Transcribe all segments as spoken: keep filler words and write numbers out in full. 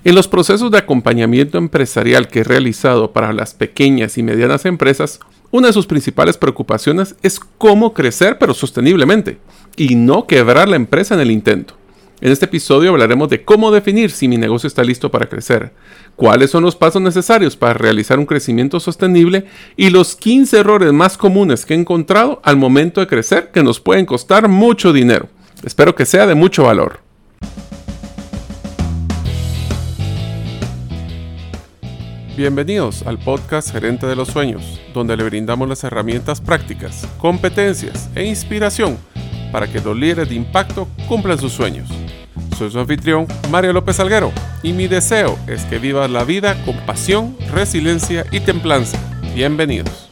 En los procesos de acompañamiento empresarial que he realizado para las pequeñas y medianas empresas, una de sus principales preocupaciones es cómo crecer pero sosteniblemente y no quebrar la empresa en el intento. En este episodio hablaremos de cómo definir si mi negocio está listo para crecer, cuáles son los pasos necesarios para realizar un crecimiento sostenible y los quince errores más comunes que he encontrado al momento de crecer que nos pueden costar mucho dinero. Espero que sea de mucho valor. Bienvenidos al podcast Gerente de los Sueños, donde le brindamos las herramientas prácticas, competencias e inspiración para que los líderes de impacto cumplan sus sueños. Soy su anfitrión, Mario López Salguero, y mi deseo es que vivas la vida con pasión, resiliencia y templanza. Bienvenidos.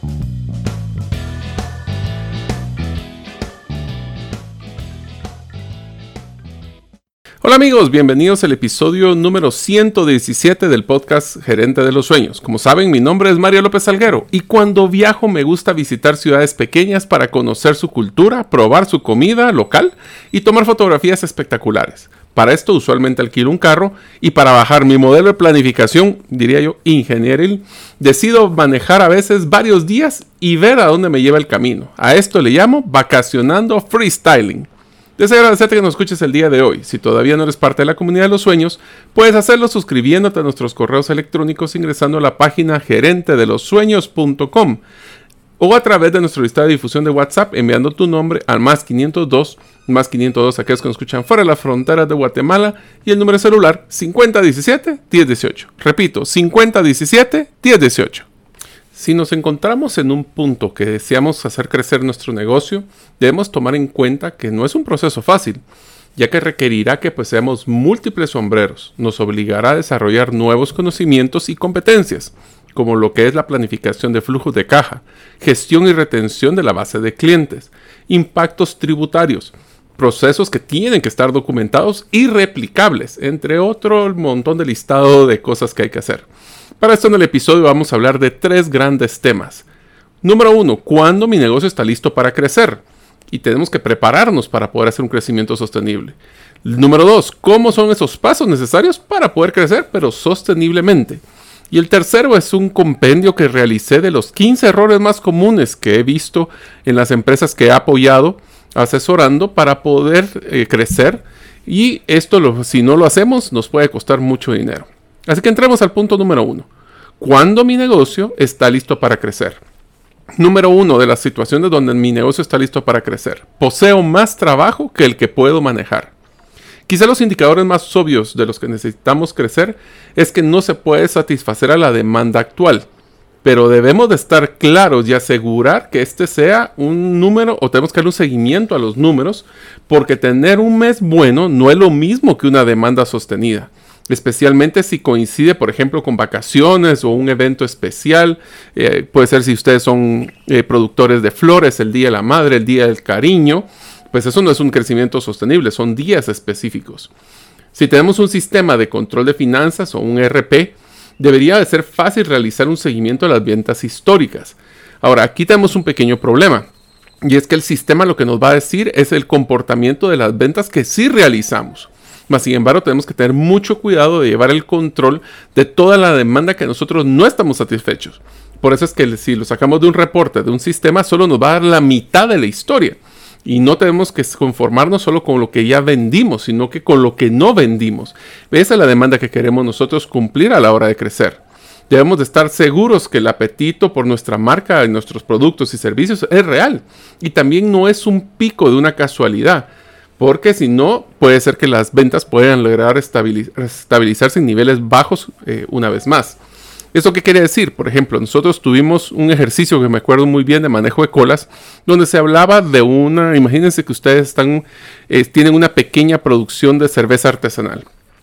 Hola amigos, bienvenidos al episodio número ciento diecisiete del podcast Gerente de los Sueños. Como saben, mi nombre es Mario López Salguero y cuando viajo me gusta visitar ciudades pequeñas para conocer su cultura, probar su comida local y tomar fotografías espectaculares. Para esto usualmente alquilo un carro y para bajar mi modelo de planificación, diría yo, ingenieril, decido manejar a veces varios días y ver a dónde me lleva el camino. A esto le llamo vacacionando freestyling. Deseo agradecerte que nos escuches el día de hoy. Si todavía no eres parte de la comunidad de los sueños, puedes hacerlo suscribiéndote a nuestros correos electrónicos ingresando a la página gerente de los sueños punto com o a través de nuestra lista de difusión de WhatsApp enviando tu nombre al más quinientos dos, más quinientos dos aquellos que nos escuchan fuera de las fronteras de Guatemala y el número celular cincuenta diecisiete diez dieciocho. Repito, cincuenta diecisiete diez dieciocho. Si nos encontramos en un punto que deseamos hacer crecer nuestro negocio, debemos tomar en cuenta que no es un proceso fácil, ya que requerirá que poseamos múltiples sombreros, nos obligará a desarrollar nuevos conocimientos y competencias, como lo que es la planificación de flujos de caja, gestión y retención de la base de clientes, impactos tributarios, procesos que tienen que estar documentados y replicables, entre otro montón de listado de cosas que hay que hacer. Para esto en el episodio vamos a hablar de tres grandes temas. Número uno, ¿cuándo mi negocio está listo para crecer? Y tenemos que prepararnos para poder hacer un crecimiento sostenible. Número dos, ¿cómo son esos pasos necesarios para poder crecer pero sosteniblemente? Y el tercero es un compendio que realicé de los quince errores más comunes que he visto en las empresas que he apoyado, asesorando para poder eh, crecer. Y esto, lo, si no lo hacemos, nos puede costar mucho dinero. Así que entremos al punto número uno. ¿Cuándo mi negocio está listo para crecer? Número uno de las situaciones donde mi negocio está listo para crecer. Poseo más trabajo que el que puedo manejar. Quizá los indicadores más obvios de los que necesitamos crecer es que no se puede satisfacer a la demanda actual. Pero debemos de estar claros y asegurar que este sea un número o tenemos que darle un seguimiento a los números porque tener un mes bueno no es lo mismo que una demanda sostenida. Especialmente si coincide, por ejemplo, con vacaciones o un evento especial. Eh, puede ser si ustedes son eh, productores de flores, el Día de la Madre, el Día del Cariño. Pues eso no es un crecimiento sostenible, son días específicos. Si tenemos un sistema de control de finanzas o un E R P, debería de ser fácil realizar un seguimiento de las ventas históricas. Ahora, aquí tenemos un pequeño problema. Y es que el sistema lo que nos va a decir es el comportamiento de las ventas que sí realizamos. Mas, sin embargo, tenemos que tener mucho cuidado de llevar el control de toda la demanda que nosotros no estamos satisfechos. Por eso es que si lo sacamos de un reporte, de un sistema, solo nos va a dar la mitad de la historia. Y no tenemos que conformarnos solo con lo que ya vendimos, sino que con lo que no vendimos. Esa es la demanda que queremos nosotros cumplir a la hora de crecer. Debemos de estar seguros que el apetito por nuestra marca y nuestros productos y servicios es real. Y también no es un pico de una casualidad. Porque si no, puede ser que las ventas puedan lograr estabiliz- estabilizarse en niveles bajos eh, una vez más. ¿Eso qué quiere decir? Por ejemplo, nosotros tuvimos un ejercicio que me acuerdo muy bien de manejo de colas, donde se hablaba de una, imagínense que ustedes están, eh, tienen una pequeña producción de cerveza artesanal.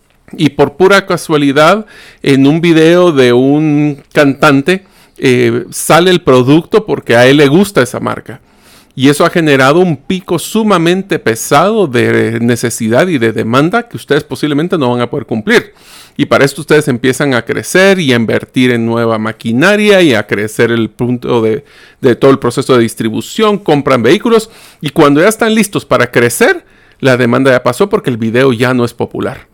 Y por pura casualidad, en un video de un cantante, eh, sale el producto porque a él le gusta esa marca. Y eso ha generado un pico sumamente pesado de necesidad y de demanda que ustedes posiblemente no van a poder cumplir. Y para esto ustedes empiezan a crecer y a invertir en nueva maquinaria y a crecer el punto de, de todo el proceso de distribución, compran vehículos y cuando ya están listos para crecer, la demanda ya pasó porque el video ya no es popular.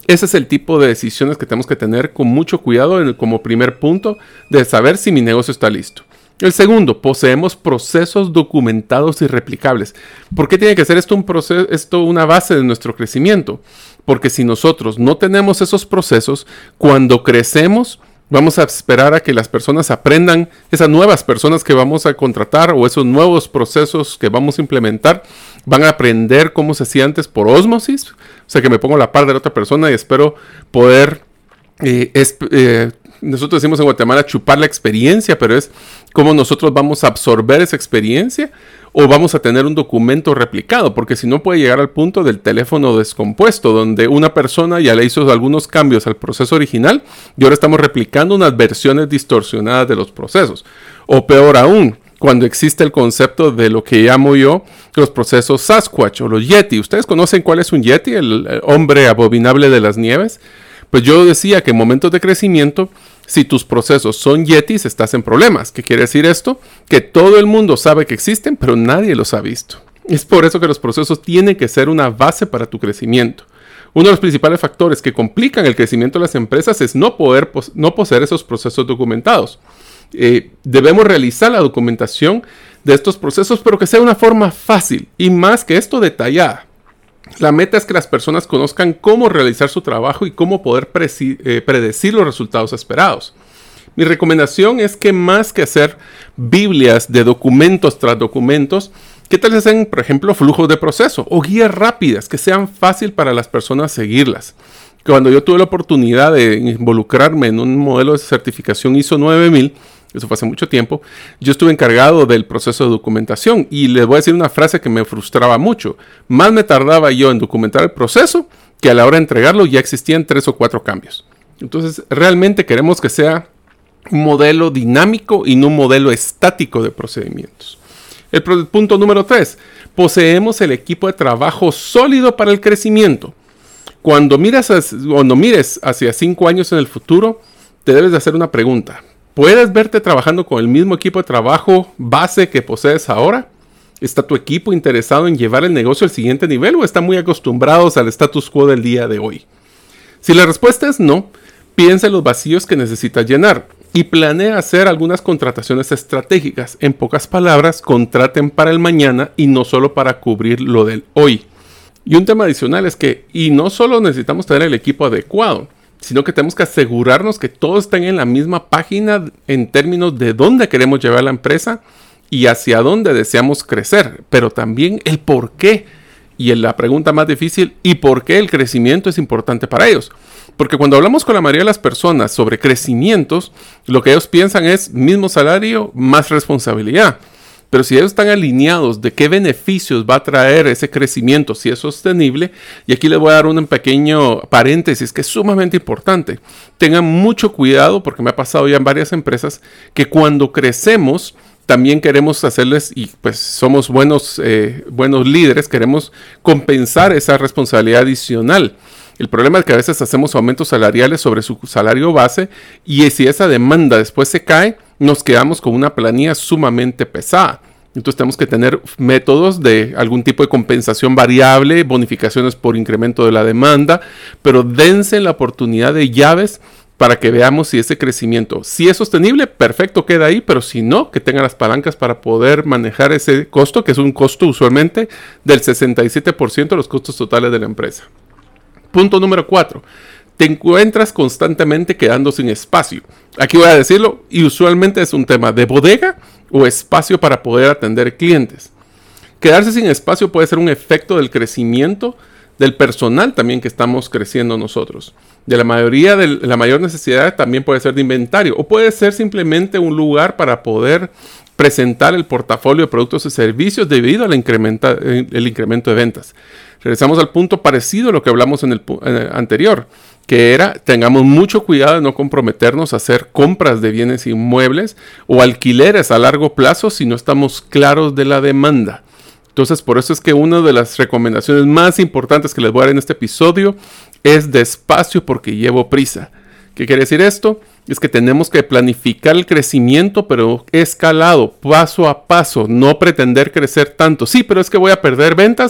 Ese es el tipo de decisiones que tenemos que tener con mucho cuidado en el, como primer punto de saber si mi negocio está listo. El segundo, poseemos procesos documentados y replicables. ¿Por qué tiene que ser esto, un proceso, esto una base de nuestro crecimiento? Porque si nosotros no tenemos esos procesos, cuando crecemos, vamos a esperar a que las personas aprendan, esas nuevas personas que vamos a contratar o esos nuevos procesos que vamos a implementar, van a aprender cómo se hacía antes por ósmosis. O sea, que me pongo a la par de la otra persona y espero poder, eh, esp- eh, nosotros decimos en Guatemala, chupar la experiencia, pero es cómo nosotros vamos a absorber esa experiencia o vamos a tener un documento replicado, porque si no puede llegar al punto del teléfono descompuesto, donde una persona ya le hizo algunos cambios al proceso original y ahora estamos replicando unas versiones distorsionadas de los procesos. O peor aún, cuando existe el concepto de lo que llamo yo los procesos Sasquatch o los Yeti. ¿Ustedes conocen cuál es un Yeti, el, el hombre abominable de las nieves? Pues yo decía que en momentos de crecimiento, si tus procesos son Yetis, estás en problemas. ¿Qué quiere decir esto? Que todo el mundo sabe que existen, pero nadie los ha visto. Es por eso que los procesos tienen que ser una base para tu crecimiento. Uno de los principales factores que complican el crecimiento de las empresas es no poder pos- no poseer esos procesos documentados. Eh, debemos realizar la documentación de estos procesos, pero que sea de una forma fácil y más que esto detallada. La meta es que las personas conozcan cómo realizar su trabajo y cómo poder preci- eh, predecir los resultados esperados. Mi recomendación es que más que hacer Biblias de documentos tras documentos, ¿qué tal si hacen, por ejemplo, flujos de proceso o guías rápidas que sean fácil para las personas seguirlas? Cuando yo tuve la oportunidad de involucrarme en un modelo de certificación I S O nueve mil, eso fue hace mucho tiempo, yo estuve encargado del proceso de documentación y les voy a decir una frase que me frustraba mucho. Más me tardaba yo en documentar el proceso que a la hora de entregarlo ya existían tres o cuatro cambios. Entonces, realmente queremos que sea un modelo dinámico y no un modelo estático de procedimientos. El punto número tres, poseemos el equipo de trabajo sólido para el crecimiento. Cuando miras, cuando mires hacia cinco años en el futuro, te debes de hacer una pregunta. ¿Puedes verte trabajando con el mismo equipo de trabajo base que posees ahora? ¿Está tu equipo interesado en llevar el negocio al siguiente nivel o están muy acostumbrados al status quo del día de hoy? Si la respuesta es no, piensa en los vacíos que necesitas llenar y planea hacer algunas contrataciones estratégicas. En pocas palabras, contraten para el mañana y no solo para cubrir lo del hoy. Y un tema adicional es que, y no solo necesitamos tener el equipo adecuado, sino que tenemos que asegurarnos que todos estén en la misma página en términos de dónde queremos llevar la empresa y hacia dónde deseamos crecer, pero también el por qué. Y la pregunta más difícil, ¿y por qué el crecimiento es importante para ellos? Porque cuando hablamos con la mayoría de las personas sobre crecimientos, lo que ellos piensan es mismo salario más responsabilidad. Pero si ellos están alineados de qué beneficios va a traer ese crecimiento, si es sostenible, y aquí les voy a dar un pequeño paréntesis que es sumamente importante. Tengan mucho cuidado porque me ha pasado ya en varias empresas que cuando crecemos también queremos hacerles, y pues somos buenos, eh, buenos líderes, queremos compensar esa responsabilidad adicional. El problema es que a veces hacemos aumentos salariales sobre su salario base y si esa demanda después se cae, nos quedamos con una planilla sumamente pesada. Entonces tenemos que tener métodos de algún tipo de compensación variable, bonificaciones por incremento de la demanda, pero dense la oportunidad de llaves para que veamos si ese crecimiento, si es sostenible, perfecto, queda ahí, pero si no, que tengan las palancas para poder manejar ese costo, que es un costo usualmente del sesenta y siete por ciento de los costos totales de la empresa. Punto número cuatro. Te encuentras constantemente quedando sin espacio. Aquí voy a decirlo, y usualmente es un tema de bodega o espacio para poder atender clientes. Quedarse sin espacio puede ser un efecto del crecimiento del personal también que estamos creciendo nosotros. De la mayoría de la mayor necesidad también puede ser de inventario o puede ser simplemente un lugar para poder presentar el portafolio de productos y servicios debido al incrementa, el incremento de ventas. Regresamos al punto parecido a lo que hablamos en el, en el anterior, que era tengamos mucho cuidado de no comprometernos a hacer compras de bienes inmuebles o alquileres a largo plazo si no estamos claros de la demanda. Entonces, por eso es que una de las recomendaciones más importantes que les voy a dar en este episodio es despacio porque llevo prisa. ¿Qué quiere decir esto? Es que tenemos que planificar el crecimiento, pero escalado, paso a paso, no pretender crecer tanto. Sí, pero es que voy a perder ventas.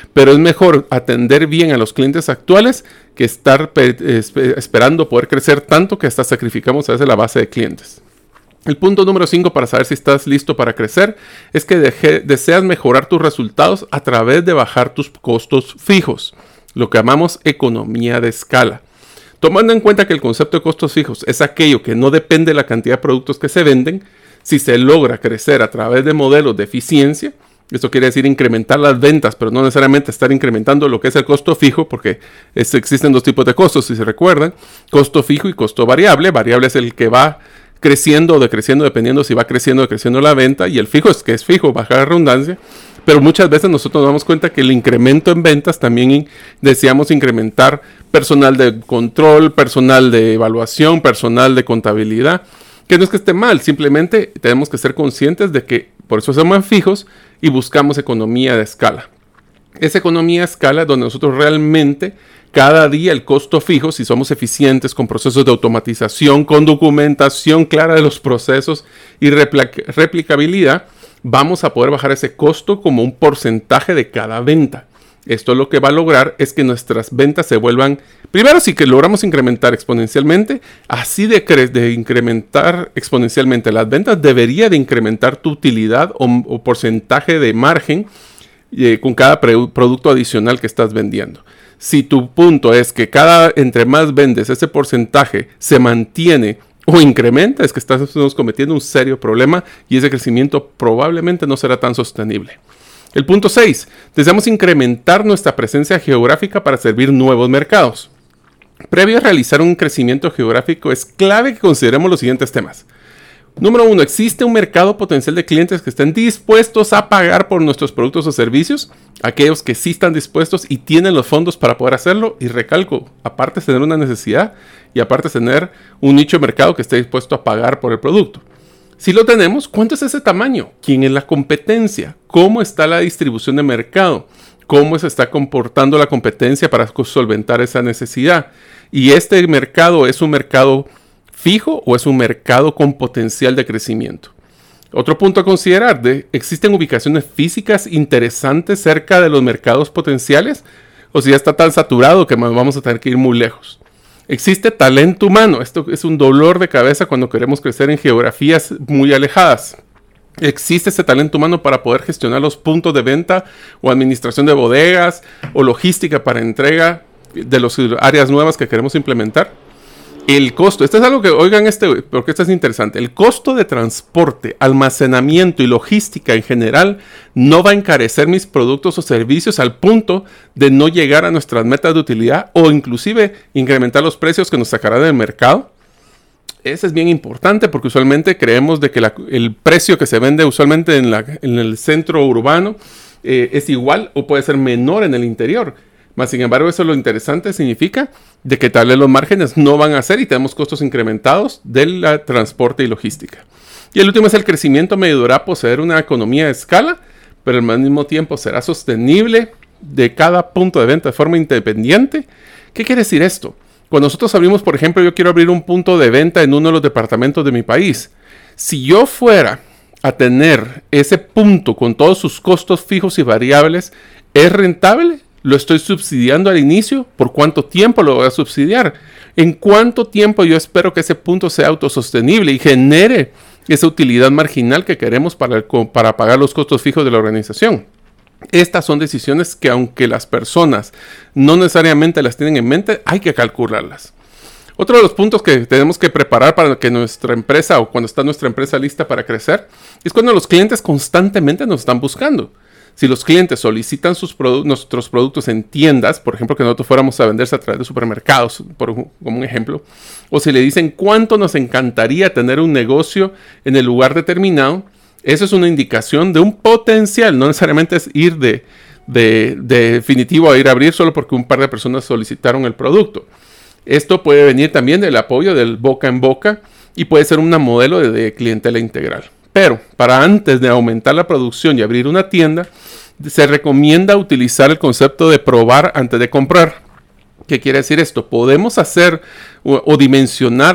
pero es mejor atender bien a los clientes actuales que estar esperando poder crecer tanto que hasta sacrificamos a veces la base de clientes. El punto número cinco para saber si estás listo para crecer es que deje, deseas mejorar tus resultados a través de bajar tus costos fijos, lo que llamamos economía de escala. Tomando en cuenta que el concepto de costos fijos es aquello que no depende de la cantidad de productos que se venden, si se logra crecer a través de modelos de eficiencia, esto quiere decir incrementar las ventas, pero no necesariamente estar incrementando lo que es el costo fijo, porque es, existen dos tipos de costos, si se recuerdan, costo fijo y costo variable. Variable es el que va creciendo o decreciendo dependiendo si va creciendo o decreciendo la venta, y el fijo es que es fijo, baja la redundancia, pero muchas veces nosotros nos damos cuenta que el incremento en ventas también in, deseamos incrementar personal de control, personal de evaluación, personal de contabilidad, que no es que esté mal, simplemente tenemos que ser conscientes de que por eso somos fijos y buscamos economía de escala. Esa economía de escala es donde nosotros realmente cada día el costo fijo, si somos eficientes con procesos de automatización, con documentación clara de los procesos y replicabilidad, vamos a poder bajar ese costo como un porcentaje de cada venta. Esto lo que va a lograr es que nuestras ventas se vuelvan, primero si que logramos incrementar exponencialmente, así de, de incrementar exponencialmente las ventas, debería de incrementar tu utilidad o, o porcentaje de margen eh, con cada producto adicional que estás vendiendo. Si tu punto es que cada entre más vendes, ese porcentaje se mantiene o incrementa, es que estamos cometiendo un serio problema y ese crecimiento probablemente no será tan sostenible. El punto seis. Deseamos incrementar nuestra presencia geográfica para servir nuevos mercados. Previo a realizar un crecimiento geográfico es clave que consideremos los siguientes temas. Número uno, ¿existe un mercado potencial de clientes que estén dispuestos a pagar por nuestros productos o servicios? Aquellos que sí están dispuestos y tienen los fondos para poder hacerlo. Y recalco, aparte de tener una necesidad y aparte de tener un nicho de mercado que esté dispuesto a pagar por el producto. Si lo tenemos, ¿cuánto es ese tamaño? ¿Quién es la competencia? ¿Cómo está la distribución de mercado? ¿Cómo se está comportando la competencia para solventar esa necesidad? ¿Y este mercado es un mercado fijo o es un mercado con potencial de crecimiento? Otro punto a considerar, de, ¿existen ubicaciones físicas interesantes cerca de los mercados potenciales? ¿O si ya está tan saturado que vamos a tener que ir muy lejos? ¿Existe talento humano? Esto es un dolor de cabeza cuando queremos crecer en geografías muy alejadas. ¿Existe ese talento humano para poder gestionar los puntos de venta o administración de bodegas o logística para entrega de las áreas nuevas que queremos implementar? El costo, esto es algo que, oigan este, porque esto es interesante, el costo de transporte, almacenamiento y logística en general no va a encarecer mis productos o servicios al punto de no llegar a nuestras metas de utilidad o inclusive incrementar los precios que nos sacará del mercado. Eso es bien importante porque usualmente creemos de que la, el precio que se vende usualmente en, la, en el centro urbano eh, es igual o puede ser menor en el interior. Mas, sin embargo, eso lo interesante significa de que tal vez los márgenes no van a ser y tenemos costos incrementados del transporte y logística. Y el último es el crecimiento me ayudará a poseer una economía de escala, pero al mismo tiempo será sostenible de cada punto de venta de forma independiente. ¿Qué quiere decir esto? Cuando nosotros abrimos, por ejemplo, yo quiero abrir un punto de venta en uno de los departamentos de mi país. Si yo fuera a tener ese punto con todos sus costos fijos y variables, ¿es rentable? ¿Lo estoy subsidiando al inicio? ¿Por cuánto tiempo lo voy a subsidiar? ¿En cuánto tiempo yo espero que ese punto sea autosostenible y genere esa utilidad marginal que queremos para, el, para pagar los costos fijos de la organización? Estas son decisiones que, aunque las personas no necesariamente las tienen en mente, hay que calcularlas. Otro de los puntos que tenemos que preparar para que nuestra empresa o cuando está nuestra empresa lista para crecer es cuando los clientes constantemente nos están buscando. Si los clientes solicitan sus produ- nuestros productos en tiendas, por ejemplo, que nosotros fuéramos a venderse a través de supermercados, por, como un ejemplo, o si le dicen cuánto nos encantaría tener un negocio en el lugar determinado, eso es una indicación de un potencial, no necesariamente es ir de, de, de definitivo a ir a abrir solo porque un par de personas solicitaron el producto. Esto puede venir también del apoyo del boca en boca y puede ser un modelo de, de clientela integral. Pero para antes de aumentar la producción y abrir una tienda, se recomienda utilizar el concepto de probar antes de comprar. ¿Qué quiere decir esto? Podemos hacer o, o dimensionar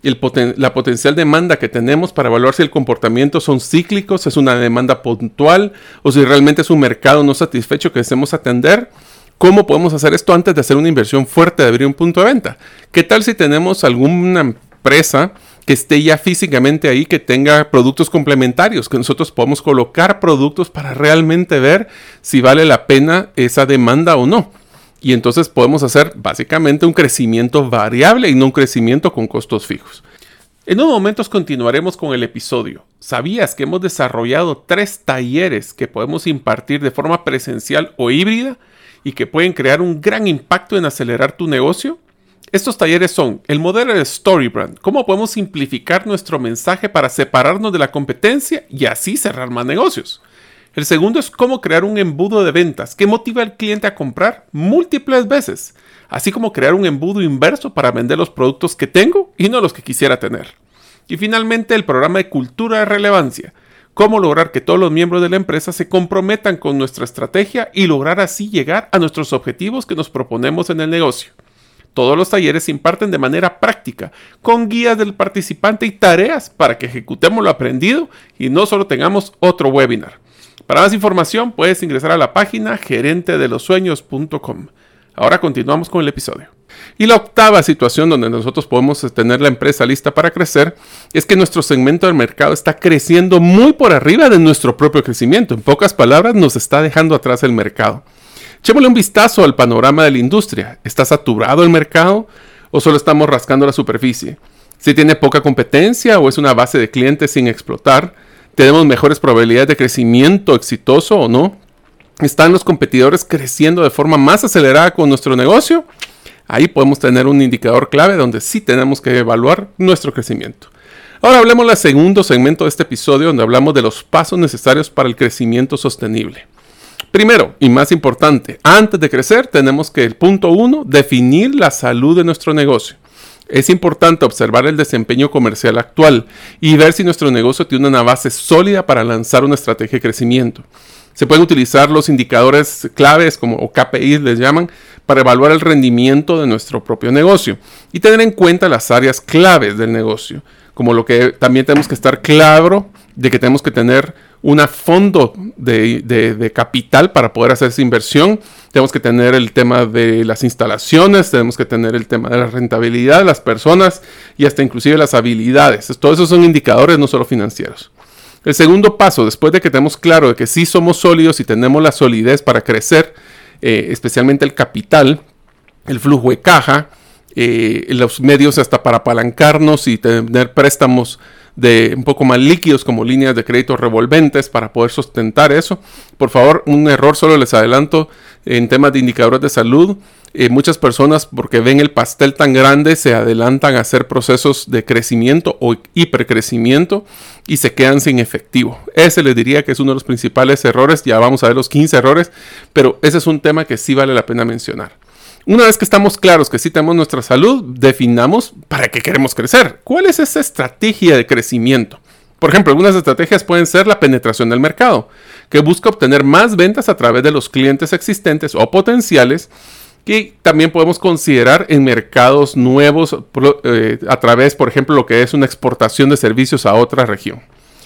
el poten- la potencial demanda que tenemos para evaluar si el comportamiento son cíclicos, es una demanda puntual o si realmente es un mercado no satisfecho que deseamos atender. ¿Cómo podemos hacer esto antes de hacer una inversión fuerte de abrir un punto de venta? ¿Qué tal si tenemos alguna empresa que esté ya físicamente ahí, que tenga productos complementarios, que nosotros podamos colocar productos para realmente ver si vale la pena esa demanda o no? Y entonces podemos hacer básicamente un crecimiento variable y no un crecimiento con costos fijos. En unos momentos continuaremos con el episodio. ¿Sabías que hemos desarrollado tres talleres que podemos impartir de forma presencial o híbrida y que pueden crear un gran impacto en acelerar tu negocio? Estos talleres son el modelo de StoryBrand, cómo podemos simplificar nuestro mensaje para separarnos de la competencia y así cerrar más negocios. El segundo es cómo crear un embudo de ventas que motiva al cliente a comprar múltiples veces, así como crear un embudo inverso para vender los productos que tengo y no los que quisiera tener. Y finalmente el programa de cultura de relevancia, cómo lograr que todos los miembros de la empresa se comprometan con nuestra estrategia y lograr así llegar a nuestros objetivos que nos proponemos en el negocio. Todos los talleres se imparten de manera práctica, con guías del participante y tareas para que ejecutemos lo aprendido y no solo tengamos otro webinar. Para más información puedes ingresar a la página gerente de los sueños punto com. Ahora continuamos con el episodio. Y la octava situación donde nosotros podemos tener la empresa lista para crecer es que nuestro segmento del mercado está creciendo muy por arriba de nuestro propio crecimiento. En pocas palabras, nos está dejando atrás el mercado. Echémosle un vistazo al panorama de la industria. ¿Está saturado el mercado o solo estamos rascando la superficie? ¿Si tiene poca competencia o es una base de clientes sin explotar? ¿Tenemos mejores probabilidades de crecimiento exitoso o no? ¿Están los competidores creciendo de forma más acelerada con nuestro negocio? Ahí podemos tener un indicador clave donde sí tenemos que evaluar nuestro crecimiento. Ahora hablemos del segundo segmento de este episodio donde hablamos de los pasos necesarios para el crecimiento sostenible. Primero, y más importante, antes de crecer tenemos que, el punto uno, definir la salud de nuestro negocio. Es importante observar el desempeño comercial actual y ver si nuestro negocio tiene una base sólida para lanzar una estrategia de crecimiento. Se pueden utilizar los indicadores claves, como o K P Is les llaman, para evaluar el rendimiento de nuestro propio negocio y tener en cuenta las áreas claves del negocio, como lo que también tenemos que estar claro de que tenemos que tener un fondo de, de, de capital para poder hacer esa inversión. Tenemos que tener el tema de las instalaciones, tenemos que tener el tema de la rentabilidad de las personas y hasta inclusive las habilidades. Todos esos son indicadores no solo financieros. El segundo paso, después de que tenemos claro de que sí somos sólidos y tenemos la solidez para crecer, eh, especialmente el capital, el flujo de caja, eh, los medios hasta para apalancarnos y tener préstamos de un poco más líquidos como líneas de crédito revolventes para poder sustentar eso. Por favor, un error, solo les adelanto, en temas de indicadores de salud. Eh, muchas personas, porque ven el pastel tan grande, se adelantan a hacer procesos de crecimiento o hipercrecimiento y se quedan sin efectivo. Ese les diría que es uno de los principales errores. Ya vamos a ver los quince errores, pero ese es un tema que sí vale la pena mencionar. Una vez que estamos claros que sí tenemos nuestra salud, definamos para qué queremos crecer. ¿Cuál es esa estrategia de crecimiento? Por ejemplo, algunas estrategias pueden ser la penetración del mercado, que busca obtener más ventas a través de los clientes existentes o potenciales, que también podemos considerar en mercados nuevos eh, a través, por ejemplo, lo que es una exportación de servicios a otra región.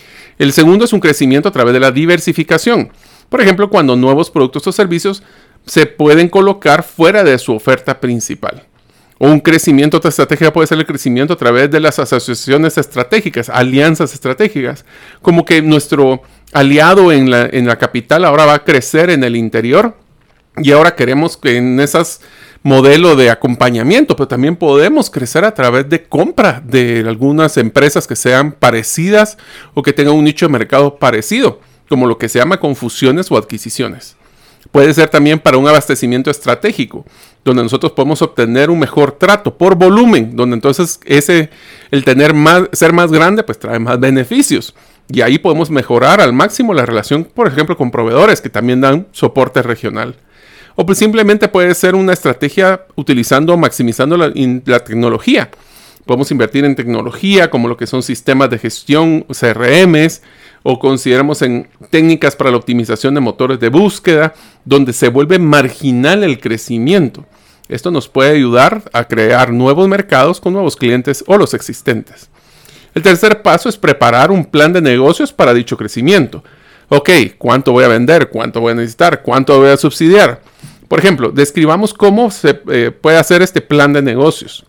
El segundo es un crecimiento a través de la diversificación. Por ejemplo, cuando nuevos productos o servicios se pueden colocar fuera de su oferta principal. O un crecimiento, otra estrategia puede ser el crecimiento a través de las asociaciones estratégicas, alianzas estratégicas. Como que nuestro aliado en la, en la capital ahora va a crecer en el interior y ahora queremos que en esos modelos de acompañamiento, pero también podemos crecer a través de compra de algunas empresas que sean parecidas o que tengan un nicho de mercado parecido, como lo que se llama confusiones o adquisiciones. Puede ser también para un abastecimiento estratégico, donde nosotros podemos obtener un mejor trato por volumen, donde entonces ese, el tener más, ser más grande, pues trae más beneficios. Y ahí podemos mejorar al máximo la relación, por ejemplo, con proveedores que también dan soporte regional. O pues simplemente puede ser una estrategia utilizando o maximizando la, la tecnología. Podemos invertir en tecnología como lo que son sistemas de gestión, C R Ms, o consideramos en técnicas para la optimización de motores de búsqueda, donde se vuelve marginal el crecimiento. Esto nos puede ayudar a crear nuevos mercados con nuevos clientes o los existentes. El tercer paso es preparar un plan de negocios para dicho crecimiento. Ok, ¿cuánto voy a vender? ¿Cuánto voy a necesitar? ¿Cuánto voy a subsidiar? Por ejemplo, describamos cómo se eh, puede hacer este plan de negocios.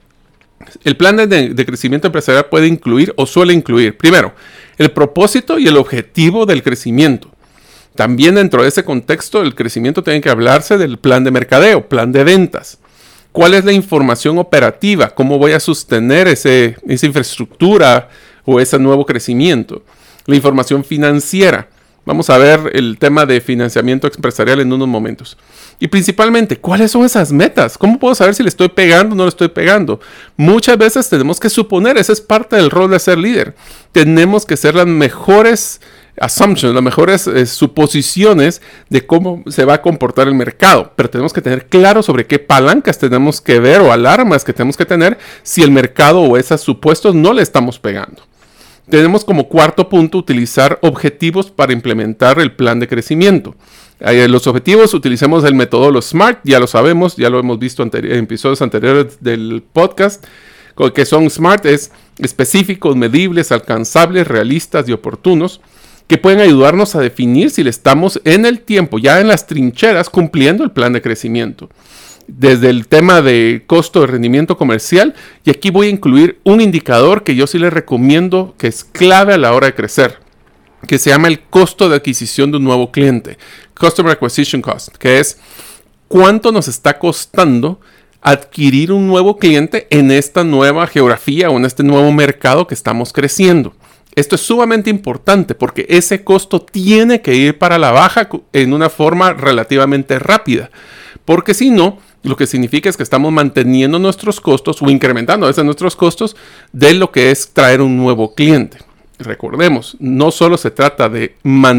El plan de, de crecimiento empresarial puede incluir o suele incluir, primero, el propósito y el objetivo del crecimiento. También dentro de ese contexto, el crecimiento tiene que hablarse del plan de mercadeo, plan de ventas. ¿Cuál es la información operativa? ¿Cómo voy a sostener ese, esa infraestructura o ese nuevo crecimiento? La información financiera. Vamos a ver el tema de financiamiento empresarial en unos momentos. Y principalmente, ¿cuáles son esas metas? ¿Cómo puedo saber si le estoy pegando o no le estoy pegando? Muchas veces tenemos que suponer, esa es parte del rol de ser líder. Tenemos que ser las mejores assumptions, las mejores eh, suposiciones de cómo se va a comportar el mercado. Pero tenemos que tener claro sobre qué palancas tenemos que ver o alarmas que tenemos que tener si el mercado o esos supuestos no le estamos pegando. Tenemos como cuarto punto utilizar objetivos para implementar el plan de crecimiento. En los objetivos utilicemos el método los SMART, ya lo sabemos, ya lo hemos visto anteri- en episodios anteriores del podcast, que son SMART, es específicos, medibles, alcanzables, realistas y oportunos, que pueden ayudarnos a definir si le estamos en el tiempo, ya en las trincheras, cumpliendo el plan de crecimiento. Desde el tema de costo de rendimiento comercial, y aquí voy a incluir un indicador que yo sí les recomiendo que es clave a la hora de crecer, que se llama el costo de adquisición de un nuevo cliente, Customer Acquisition Cost, que es cuánto nos está costando adquirir un nuevo cliente en esta nueva geografía o en este nuevo mercado que estamos creciendo. Esto es sumamente importante porque ese costo tiene que ir para la baja en una forma relativamente rápida, porque si no, lo que significa es que estamos manteniendo nuestros costos o incrementando a veces nuestros costos de lo que es traer un nuevo cliente. Recordemos, no solo se trata de,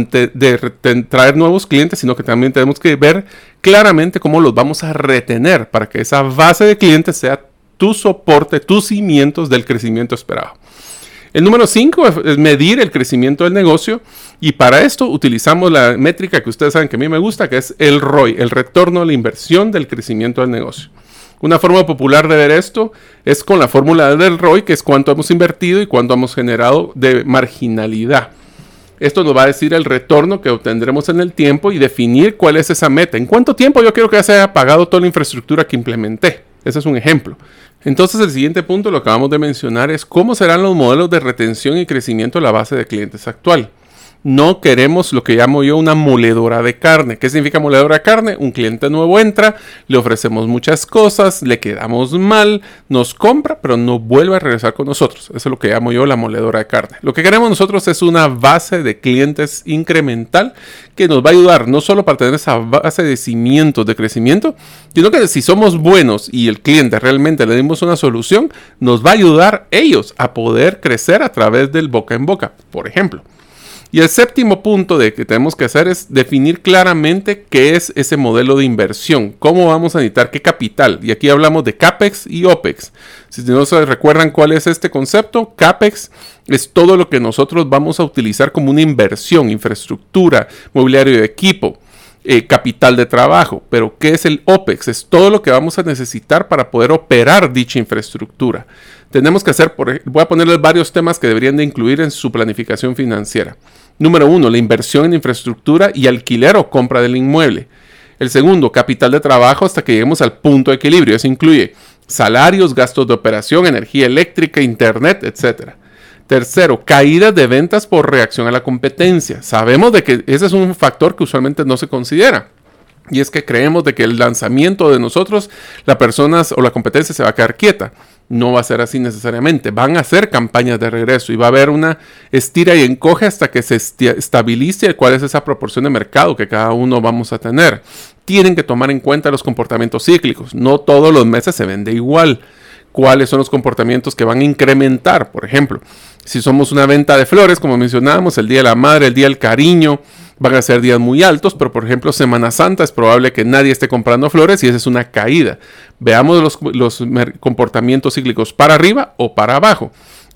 de traer nuevos clientes, sino que también tenemos que ver claramente cómo los vamos a retener para que esa base de clientes sea tu soporte, tus cimientos del crecimiento esperado. El número cinco es medir el crecimiento del negocio, y para esto utilizamos la métrica que ustedes saben que a mí me gusta, que es el R O I, el retorno a la inversión del crecimiento del negocio. Una forma popular de ver esto es con la fórmula del R O I, que es cuánto hemos invertido y cuánto hemos generado de marginalidad. Esto nos va a decir el retorno que obtendremos en el tiempo y definir cuál es esa meta. ¿En cuánto tiempo yo quiero que se haya pagado toda la infraestructura que implementé? Ese es un ejemplo. Entonces el siguiente punto, lo acabamos de mencionar, es cómo serán los modelos de retención y crecimiento de la base de clientes actual. No queremos lo que llamo yo una moledora de carne. ¿Qué significa moledora de carne? Un cliente nuevo entra, le ofrecemos muchas cosas, le quedamos mal, nos compra, pero no vuelve a regresar con nosotros. Eso es lo que llamo yo la moledora de carne. Lo que queremos nosotros es una base de clientes incremental que nos va a ayudar no solo para tener esa base de cimientos de crecimiento, sino que si somos buenos y el cliente realmente le dimos una solución, nos va a ayudar ellos a poder crecer a través del boca en boca, por ejemplo. Y el séptimo punto de que tenemos que hacer es definir claramente qué es ese modelo de inversión, cómo vamos a necesitar qué capital. Y aquí hablamos de CAPEX y OPEX. Si no se recuerdan cuál es este concepto, CAPEX es todo lo que nosotros vamos a utilizar como una inversión, infraestructura, mobiliario de equipo, eh, capital de trabajo. Pero ¿qué es el OPEX? Es todo lo que vamos a necesitar para poder operar dicha infraestructura. Tenemos que hacer, por, voy a ponerles varios temas que deberían de incluir en su planificación financiera. Número uno, la inversión en infraestructura y alquiler o compra del inmueble. El segundo, capital de trabajo hasta que lleguemos al punto de equilibrio. Eso incluye salarios, gastos de operación, energía eléctrica, internet, etcétera. Tercero, caídas de ventas por reacción a la competencia. Sabemos de que ese es un factor que usualmente no se considera. Y es que creemos de que el lanzamiento de nosotros, las personas o la competencia se va a quedar quieta. No va a ser así necesariamente. Van a hacer campañas de regreso y va a haber una estira y encoge hasta que se estabilice cuál es esa proporción de mercado que cada uno vamos a tener. Tienen que tomar en cuenta los comportamientos cíclicos. No todos los meses se vende igual. ¿Cuáles son los comportamientos que van a incrementar? Por ejemplo, si somos una venta de flores, como mencionábamos, el Día de la Madre, el Día del Cariño, van a ser días muy altos, pero por ejemplo Semana Santa es probable que nadie esté comprando flores y esa es una caída. Veamos los, los comportamientos cíclicos para arriba o para abajo.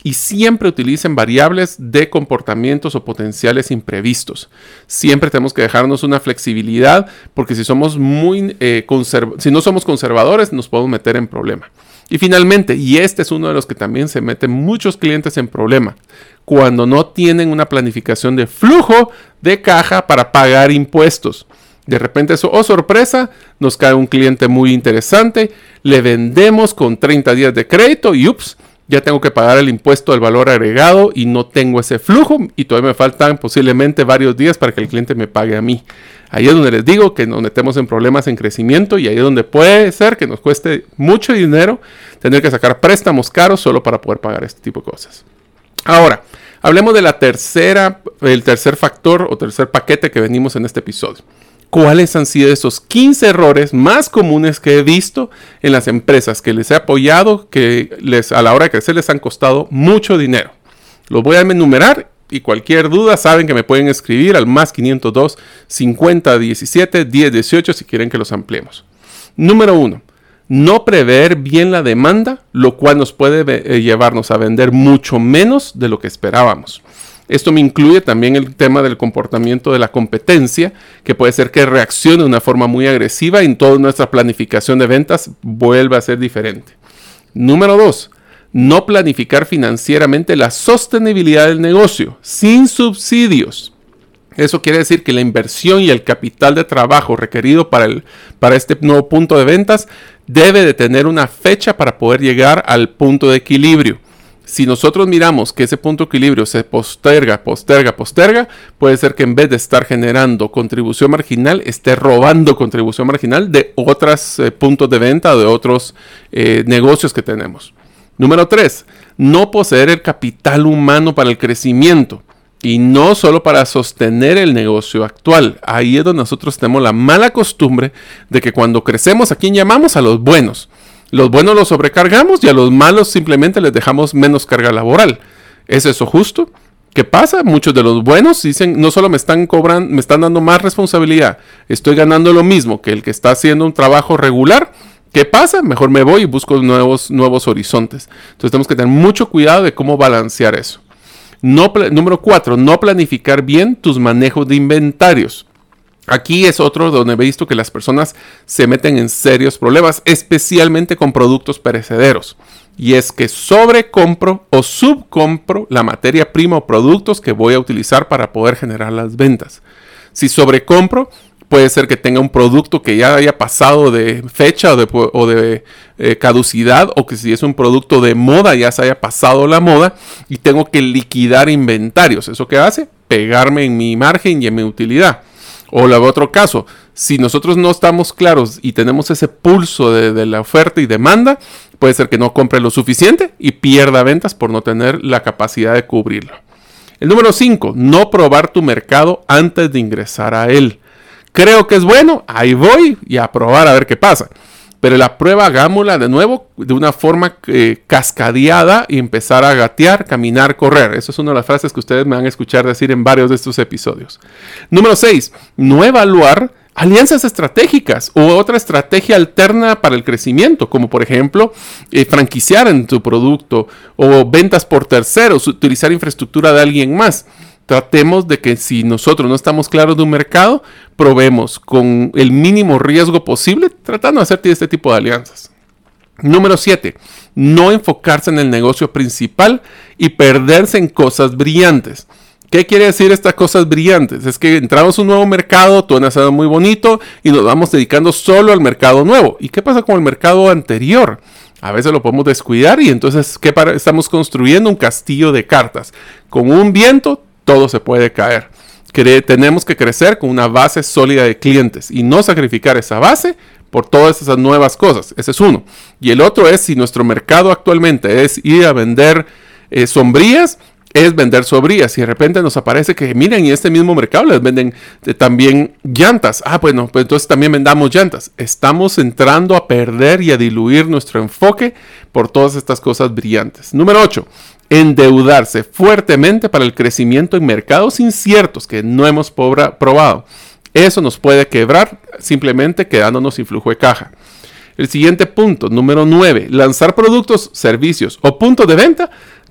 Y siempre utilicen variables de comportamientos o potenciales imprevistos. Siempre tenemos que dejarnos una flexibilidad porque si somos muy eh, conserv- si no somos conservadores nos podemos meter en problema. Y finalmente, y este es uno de los que también se meten muchos clientes en problema, cuando no tienen una planificación de flujo de caja para pagar impuestos. De repente, eso, oh sorpresa, nos cae un cliente muy interesante, le vendemos con treinta días de crédito y ups, ya tengo que pagar el impuesto del valor agregado y no tengo ese flujo y todavía me faltan posiblemente varios días para que el cliente me pague a mí. Ahí es donde les digo que nos metemos en problemas en crecimiento y ahí es donde puede ser que nos cueste mucho dinero tener que sacar préstamos caros solo para poder pagar este tipo de cosas. Ahora, hablemos de la tercera, el tercer factor o tercer paquete que venimos en este episodio. ¿Cuáles han sido esos quince errores más comunes que he visto en las empresas que les he apoyado, que les, a la hora de crecer les han costado mucho dinero? Los voy a enumerar y cualquier duda saben que me pueden escribir al más quinientos dos, cincuenta, diecisiete, diez, dieciocho si quieren que los ampliemos. Número uno, no prever bien la demanda, lo cual nos puede eh, llevarnos a vender mucho menos de lo que esperábamos. Esto me incluye también el tema del comportamiento de la competencia, que puede ser que reaccione de una forma muy agresiva y en toda nuestra planificación de ventas vuelva a ser diferente. Número dos, no planificar financieramente la sostenibilidad del negocio, sin subsidios. Eso quiere decir que la inversión y el capital de trabajo requerido para, el, para este nuevo punto de ventas debe de tener una fecha para poder llegar al punto de equilibrio. Si nosotros miramos que ese punto de equilibrio se posterga, posterga, posterga, puede ser que en vez de estar generando contribución marginal, esté robando contribución marginal de otros eh, puntos de venta o de otros eh, negocios que tenemos. Número tres, no poseer el capital humano para el crecimiento y no solo para sostener el negocio actual. Ahí es donde nosotros tenemos la mala costumbre de que cuando crecemos, ¿a quién llamamos? A los buenos. Los buenos los sobrecargamos y a los malos simplemente les dejamos menos carga laboral. ¿Es eso justo? ¿Qué pasa? Muchos de los buenos dicen, no solo me están cobrando, me están dando más responsabilidad, estoy ganando lo mismo que el que está haciendo un trabajo regular. ¿Qué pasa? Mejor me voy y busco nuevos, nuevos horizontes. Entonces tenemos que tener mucho cuidado de cómo balancear eso. No, número cuatro, no planificar bien tus manejos de inventarios. Aquí es otro donde he visto que las personas se meten en serios problemas, especialmente con productos perecederos. Y es que sobrecompro o subcompro la materia prima o productos que voy a utilizar para poder generar las ventas. Si sobrecompro, puede ser que tenga un producto que ya haya pasado de fecha o de, o de eh, caducidad, o que si es un producto de moda ya se haya pasado la moda y tengo que liquidar inventarios. ¿Eso qué hace? Pegarme en mi margen y en mi utilidad. O el otro caso, si nosotros no estamos claros y tenemos ese pulso de, de la oferta y demanda, puede ser que no compre lo suficiente y pierda ventas por no tener la capacidad de cubrirlo. El número cinco, no probar tu mercado antes de ingresar a él. Creo que es bueno, ahí voy y a probar a ver qué pasa. Pero la prueba hagámosla de nuevo de una forma eh, cascadeada y empezar a gatear, caminar, correr. Eso es una de las frases que ustedes me van a escuchar decir en varios de estos episodios. Número seis, no evaluar alianzas estratégicas u otra estrategia alterna para el crecimiento, como por ejemplo eh, franquiciar en tu producto o ventas por terceros, utilizar infraestructura de alguien más. Tratemos de que si nosotros no estamos claros de un mercado, probemos con el mínimo riesgo posible, tratando de hacer este tipo de alianzas. Número siete. No enfocarse en el negocio principal y perderse en cosas brillantes. ¿Qué quiere decir estas cosas brillantes? Es que entramos a un nuevo mercado, todo ha sido muy bonito y nos vamos dedicando solo al mercado nuevo. ¿Y qué pasa con el mercado anterior? A veces lo podemos descuidar y entonces ¿qué para? Estamos construyendo un castillo de cartas. Con un viento todo se puede caer. Cre- tenemos que crecer con una base sólida de clientes y no sacrificar esa base por todas esas nuevas cosas. Ese es uno. Y el otro es, si nuestro mercado actualmente es ir a vender eh, sombrillas, es vender sombrillas. Y de repente nos aparece que, miren, y este mismo mercado les venden eh, también llantas. Ah, bueno, pues entonces también vendamos llantas. Estamos entrando a perder y a diluir nuestro enfoque por todas estas cosas brillantes. Número ocho. Endeudarse fuertemente para el crecimiento en mercados inciertos que no hemos pobra- probado. Eso nos puede quebrar simplemente quedándonos sin flujo de caja. El siguiente punto, número nueve, lanzar productos, servicios o puntos de venta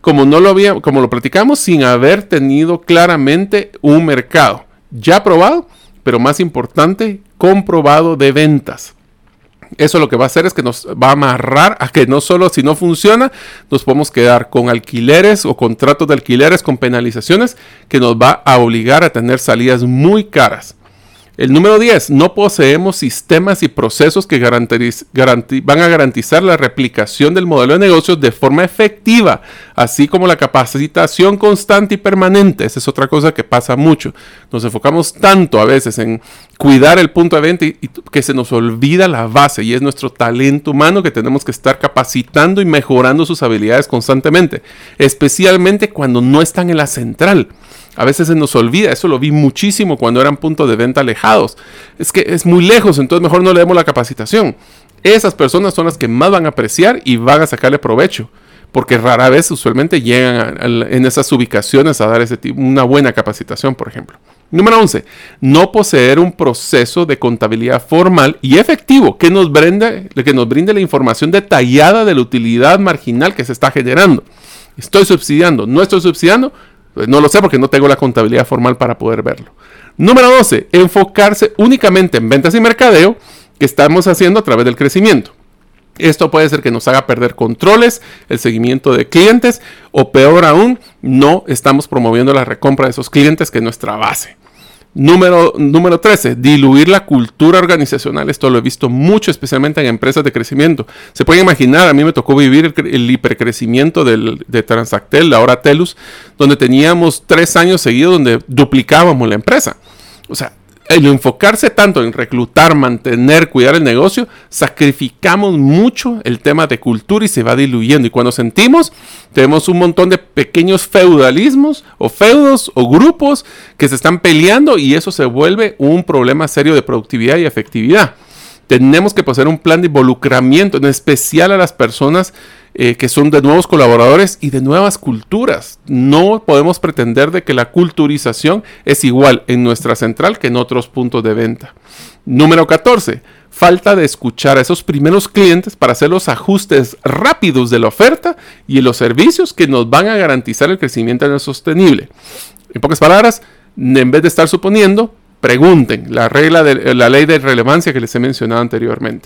como, no lo había, como lo platicamos, sin haber tenido claramente un mercado ya probado, pero más importante, comprobado de ventas. Eso lo que va a hacer es que nos va a amarrar a que no solo si no funciona, nos podemos quedar con alquileres o contratos de alquileres con penalizaciones que nos va a obligar a tener salidas muy caras. El número diez, no poseemos sistemas y procesos que garantiz, garanti, van a garantizar la replicación del modelo de negocios de forma efectiva, así como la capacitación constante y permanente. Esa es otra cosa que pasa mucho. Nos enfocamos tanto a veces en cuidar el punto de venta y, y que se nos olvida la base, y es nuestro talento humano que tenemos que estar capacitando y mejorando sus habilidades constantemente, especialmente cuando no están en la central. A veces se nos olvida, eso lo vi muchísimo cuando eran puntos de venta alejados. Es que es muy lejos, entonces mejor no le demos la capacitación. Esas personas son las que más van a apreciar y van a sacarle provecho, porque rara vez usualmente llegan a, a, en esas ubicaciones a dar ese tipo, una buena capacitación, por ejemplo. Número once, no poseer un proceso de contabilidad formal y efectivo que nos brinde, que nos brinde la información detallada de la utilidad marginal que se está generando. ¿Estoy subsidiando? ¿No estoy subsidiando? Pues no lo sé porque no tengo la contabilidad formal para poder verlo. Número doce, enfocarse únicamente en ventas y mercadeo que estamos haciendo a través del crecimiento. Esto puede ser que nos haga perder controles, el seguimiento de clientes, o peor aún, no estamos promoviendo la recompra de esos clientes, que es nuestra base. Número, número trece, diluir la cultura organizacional. Esto lo he visto mucho, especialmente en empresas de crecimiento. Se pueden imaginar, a mí me tocó vivir el, el hipercrecimiento del, de Transactel, ahora Telus, donde teníamos tres años seguidos donde duplicábamos la empresa. O sea, el enfocarse tanto en reclutar, mantener, cuidar el negocio, sacrificamos mucho el tema de cultura y se va diluyendo. Y cuando sentimos, tenemos un montón de pequeños feudalismos o feudos o grupos que se están peleando, y eso se vuelve un problema serio de productividad y efectividad. Tenemos que poseer un plan de involucramiento, en especial a las personas eh, que son de nuevos colaboradores y de nuevas culturas. No podemos pretender de que la culturización es igual en nuestra central que en otros puntos de venta. Número catorce. Falta de escuchar a esos primeros clientes para hacer los ajustes rápidos de la oferta y los servicios que nos van a garantizar el crecimiento sostenible. En pocas palabras, en vez de estar suponiendo, pregunten, la regla de la ley de relevancia que les he mencionado anteriormente.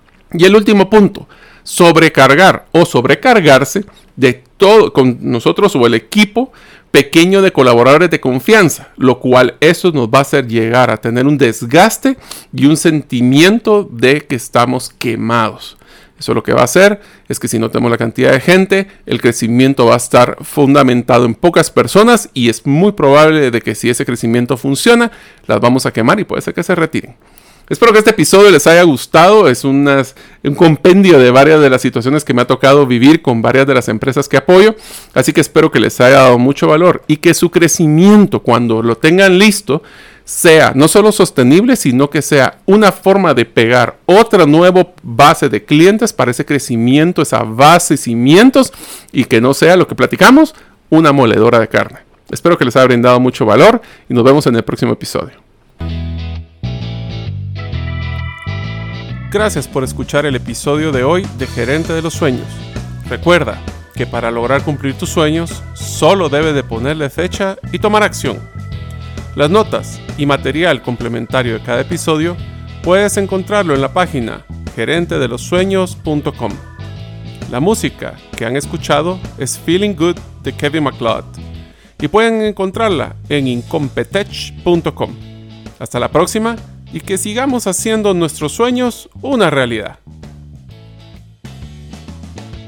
Y el último punto, sobrecargar o sobrecargarse de todo con nosotros o el equipo pequeño de colaboradores de confianza, lo cual eso nos va a hacer llegar a tener un desgaste y un sentimiento de que estamos quemados. Eso lo que va a hacer es que si no tenemos la cantidad de gente, el crecimiento va a estar fundamentado en pocas personas, y es muy probable de que si ese crecimiento funciona, las vamos a quemar y puede ser que se retiren. Espero que este episodio les haya gustado. Es unas, un compendio de varias de las situaciones que me ha tocado vivir con varias de las empresas que apoyo. Así que espero que les haya dado mucho valor y que su crecimiento, cuando lo tengan listo, sea no solo sostenible, sino que sea una forma de pegar otra nueva base de clientes para ese crecimiento, esa base, cimientos, y que no sea lo que platicamos, una moledora de carne. Espero que les haya brindado mucho valor y nos vemos en el próximo episodio. Gracias por escuchar el episodio de hoy de Gerente de los Sueños. Recuerda que para lograr cumplir tus sueños, solo debes de ponerle fecha y tomar acción. Las notas y material complementario de cada episodio puedes encontrarlo en la página gerente de los sueños punto com. La música que han escuchado es Feeling Good de Kevin MacLeod y pueden encontrarla en incompetech punto com. Hasta la próxima, y que sigamos haciendo nuestros sueños una realidad.